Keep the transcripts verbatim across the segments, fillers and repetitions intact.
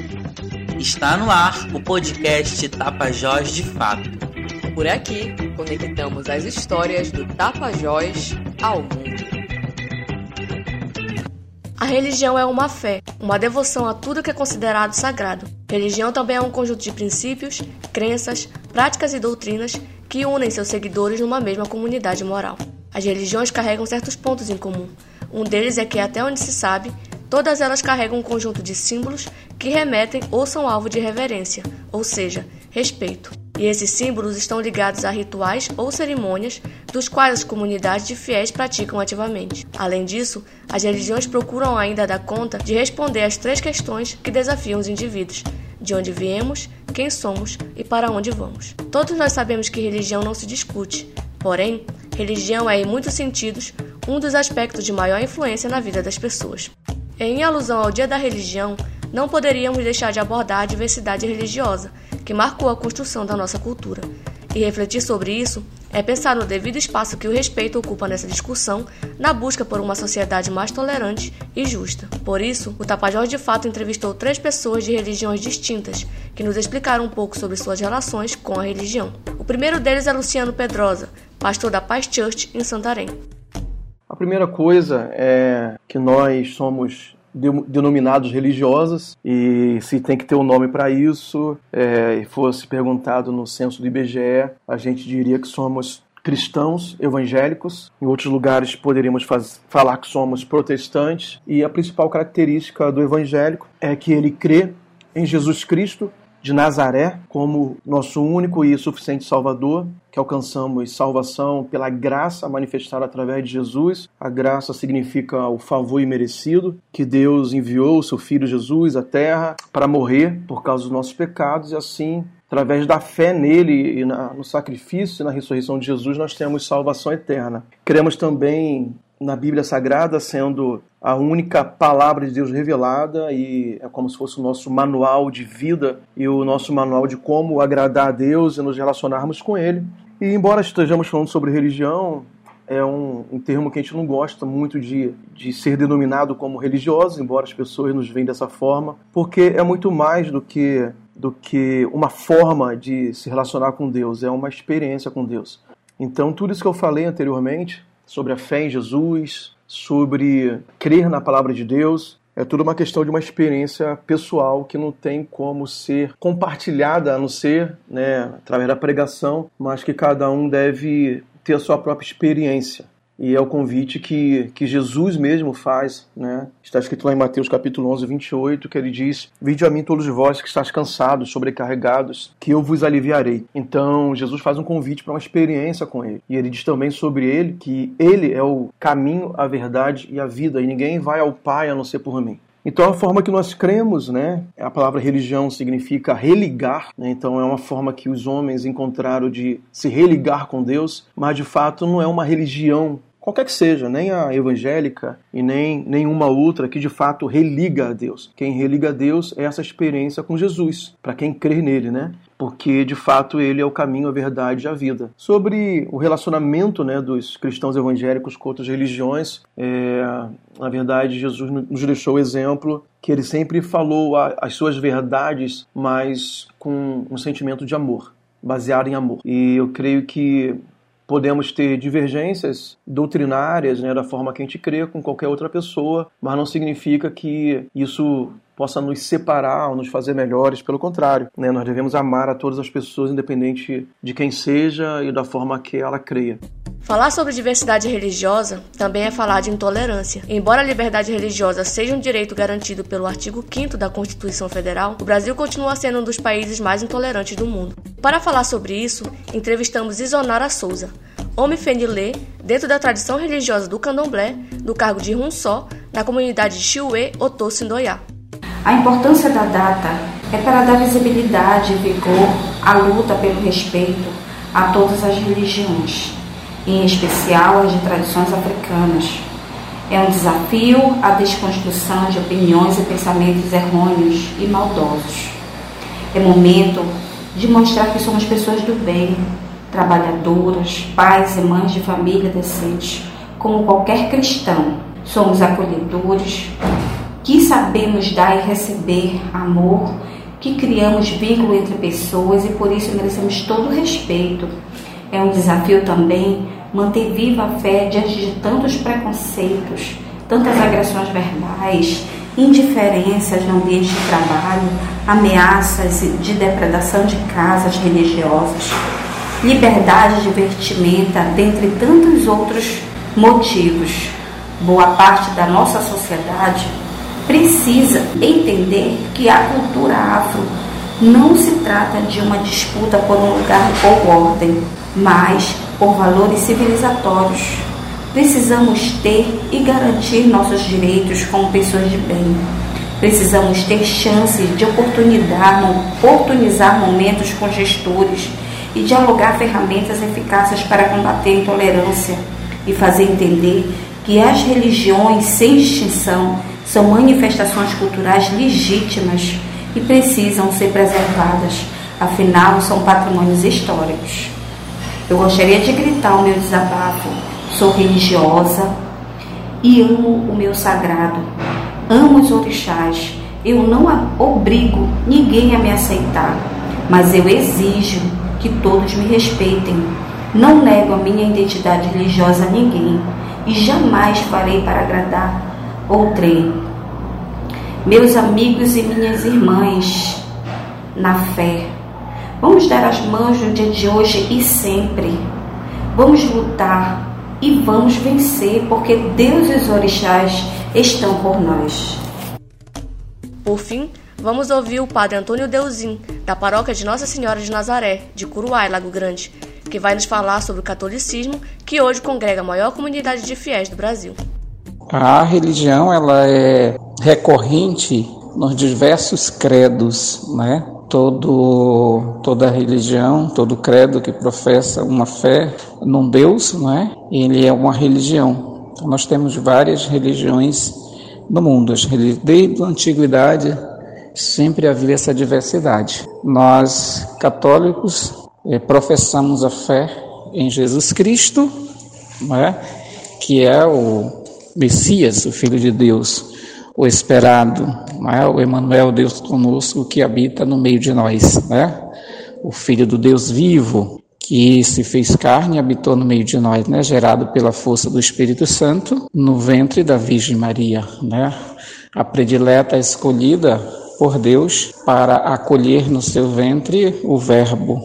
Está no ar o podcast Tapajós de Fato. Por aqui, conectamos as histórias do Tapajós ao mundo. A religião é uma fé, uma devoção a tudo que é considerado sagrado. Religião também é um conjunto de princípios, crenças, práticas e doutrinas que unem seus seguidores numa mesma comunidade moral. As religiões carregam certos pontos em comum. Um deles é que, até onde se sabe, todas elas carregam um conjunto de símbolos que remetem ou são alvo de reverência, ou seja, respeito. E esses símbolos estão ligados a rituais ou cerimônias dos quais as comunidades de fiéis praticam ativamente. Além disso, as religiões procuram ainda dar conta de responder às três questões que desafiam os indivíduos: de onde viemos, quem somos e para onde vamos. Todos nós sabemos que religião não se discute, porém, religião é, em muitos sentidos, um dos aspectos de maior influência na vida das pessoas. Em alusão ao Dia da Religião, não poderíamos deixar de abordar a diversidade religiosa, que marcou a construção da nossa cultura. E refletir sobre isso é pensar no devido espaço que o respeito ocupa nessa discussão, na busca por uma sociedade mais tolerante e justa. Por isso, o Tapajós de Fato entrevistou três pessoas de religiões distintas, que nos explicaram um pouco sobre suas relações com a religião. O primeiro deles é Luciano Pedrosa, pastor da Paz Church em Santarém. A primeira coisa é que nós somos denominados religiosos, e se tem que ter um nome para isso, é, e fosse perguntado no censo do I B G E, a gente diria que somos cristãos evangélicos. Em outros lugares poderíamos faz, falar que somos protestantes, e a principal característica do evangélico é que ele crê em Jesus Cristo de Nazaré como nosso único e suficiente Salvador, que alcançamos salvação pela graça manifestada através de Jesus. A graça significa o favor imerecido, que Deus enviou o seu Filho Jesus à terra para morrer por causa dos nossos pecados, e assim, através da fé nele e na, no sacrifício e na ressurreição de Jesus, nós temos salvação eterna. Cremos também na Bíblia Sagrada, sendo a única palavra de Deus revelada, e é como se fosse o nosso manual de vida e o nosso manual de como agradar a Deus e nos relacionarmos com Ele. E embora estejamos falando sobre religião, é um, um termo que a gente não gosta muito de, de ser denominado como religioso, embora as pessoas nos veem dessa forma, porque é muito mais do que, do que uma forma de se relacionar com Deus, é uma experiência com Deus. Então, tudo isso que eu falei anteriormente, sobre a fé em Jesus, sobre crer na palavra de Deus, é tudo uma questão de uma experiência pessoal que não tem como ser compartilhada, a não ser, né, através da pregação, mas que cada um deve ter a sua própria experiência. E é o convite que, que Jesus mesmo faz, né? Está escrito lá em Mateus capítulo onze, vinte e oito, que ele diz: "Vinde a mim todos vós que estáis cansados, sobrecarregados, que eu vos aliviarei." Então, Jesus faz um convite para uma experiência com ele. E ele diz também sobre ele que ele é o caminho, a verdade e a vida, e ninguém vai ao Pai a não ser por mim. Então, a forma que nós cremos, né? A palavra religião significa religar, né? Então é uma forma que os homens encontraram de se religar com Deus, mas de fato não é uma religião qualquer que seja, nem a evangélica e nem nenhuma outra que de fato religa a Deus. Quem religa a Deus é essa experiência com Jesus, para quem crer nele, né? Porque de fato ele é o caminho, a verdade e a vida. Sobre o relacionamento, né, dos cristãos evangélicos com outras religiões, é, na verdade Jesus nos deixou o exemplo que ele sempre falou a, as suas verdades, mas com um sentimento de amor, baseado em amor. E eu creio que podemos ter divergências doutrinárias, né, da forma que a gente crê com qualquer outra pessoa, mas não significa que isso possa nos separar ou nos fazer melhores. Pelo contrário, né, nós devemos amar a todas as pessoas, independente de quem seja e da forma que ela creia. Falar sobre diversidade religiosa também é falar de intolerância. Embora a liberdade religiosa seja um direito garantido pelo artigo quinto da Constituição Federal, o Brasil continua sendo um dos países mais intolerantes do mundo. Para falar sobre isso, entrevistamos Isonara Souza, homem fenilê, dentro da tradição religiosa do candomblé, do cargo de Hunsó, na comunidade de Chiuê, Otô, Sindoiá. A importância da data é para dar visibilidade e vigor à luta pelo respeito a todas as religiões, em especial as de tradições africanas. É um desafio à desconstrução de opiniões e pensamentos errôneos e maldosos. É momento de mostrar que somos pessoas do bem, trabalhadoras, pais e mães de família decentes, como qualquer cristão. Somos acolhedores, que sabemos dar e receber amor, que criamos vínculo entre pessoas e por isso merecemos todo o respeito. É um desafio também manter viva a fé diante de tantos preconceitos, tantas agressões verbais, indiferenças no ambiente de trabalho, ameaças de depredação de casas religiosas, liberdade de vestimenta, dentre tantos outros motivos. Boa parte da nossa sociedade precisa entender que a cultura afro não se trata de uma disputa por um lugar ou ordem, mas por valores civilizatórios. Precisamos ter e garantir nossos direitos como pessoas de bem. Precisamos ter chances de oportunizar, oportunizar momentos com gestores e dialogar ferramentas eficazes para combater a intolerância e fazer entender que as religiões sem distinção são manifestações culturais legítimas e precisam ser preservadas, afinal são patrimônios históricos. Eu gostaria de gritar o meu desabafo. Sou religiosa e amo o meu sagrado, amo os orixás. Eu não obrigo ninguém a me aceitar, mas eu exijo que todos me respeitem. Não nego a minha identidade religiosa a ninguém e jamais farei para agradar outrem. Meus amigos e minhas irmãs, na fé, vamos dar as mãos no dia de hoje e sempre. Vamos lutar e vamos vencer, porque Deus e os orixás estão por nós. Por fim, vamos ouvir o padre Antônio Deusim, da paróquia de Nossa Senhora de Nazaré, de Curuá, Lago Grande, que vai nos falar sobre o catolicismo, que hoje congrega a maior comunidade de fiéis do Brasil. A religião ela é recorrente nos diversos credos, né? Todo, toda religião, todo credo que professa uma fé num Deus, não é? Ele é uma religião. Então, nós temos várias religiões no mundo. Desde a antiguidade sempre havia essa diversidade. Nós, católicos, eh, professamos a fé em Jesus Cristo, não é? Que é o Messias, o Filho de Deus, o esperado, né? O Emmanuel, Deus conosco, que habita no meio de nós, né? O Filho do Deus vivo, que se fez carne e habitou no meio de nós, né? Gerado pela força do Espírito Santo, no ventre da Virgem Maria, né? A predileta, a escolhida por Deus para acolher no seu ventre o Verbo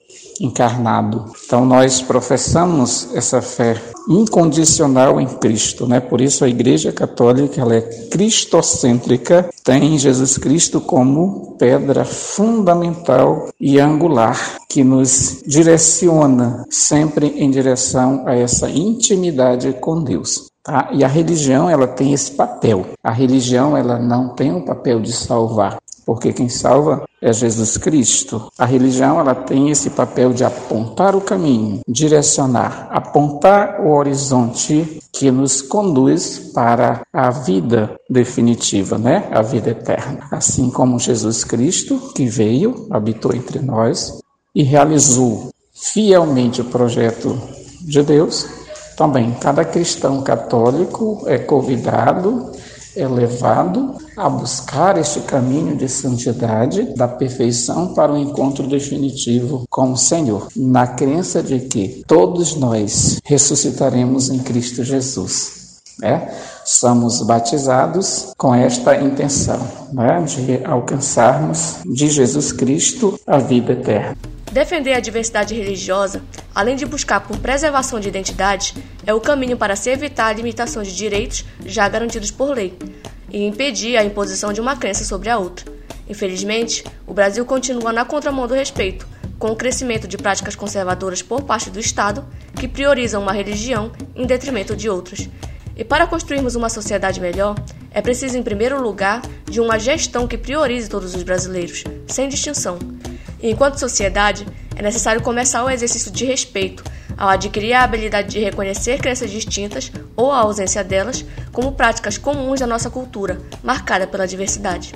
encarnado. Então nós professamos essa fé incondicional em Cristo, né? Por isso a Igreja Católica ela é cristocêntrica, tem Jesus Cristo como pedra fundamental e angular que nos direciona sempre em direção a essa intimidade com Deus. Tá? E a religião ela tem esse papel. A religião ela não tem o papel de salvar, porque quem salva é Jesus Cristo. A religião ela tem esse papel de apontar o caminho, direcionar, apontar o horizonte que nos conduz para a vida definitiva, né? A vida eterna. Assim como Jesus Cristo, que veio, habitou entre nós e realizou fielmente o projeto de Deus, também cada cristão católico é convidado, é levado a buscar este caminho de santidade, da perfeição para o encontro definitivo com o Senhor, na crença de que todos nós ressuscitaremos em Cristo Jesus. Né? Somos batizados com esta intenção, né? De alcançarmos de Jesus Cristo a vida eterna. Defender a diversidade religiosa, além de buscar por preservação de identidade, é o caminho para se evitar a limitação de direitos já garantidos por lei e impedir a imposição de uma crença sobre a outra. Infelizmente, o Brasil continua na contramão do respeito, com o crescimento de práticas conservadoras por parte do Estado, que priorizam uma religião em detrimento de outras. E para construirmos uma sociedade melhor, é preciso, em primeiro lugar, de uma gestão que priorize todos os brasileiros, sem distinção. E, enquanto sociedade, é necessário começar o exercício de respeito, ao adquirir a habilidade de reconhecer crenças distintas ou a ausência delas como práticas comuns da nossa cultura, marcada pela diversidade.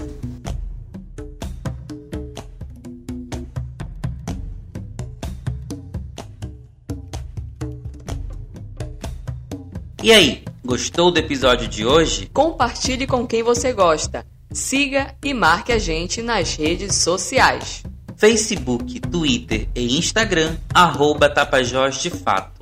E aí, Gostou do episódio de hoje? Compartilhe com quem você gosta. Siga e marque a gente nas redes sociais. Facebook, Twitter e Instagram, arroba Tapajós de Fato.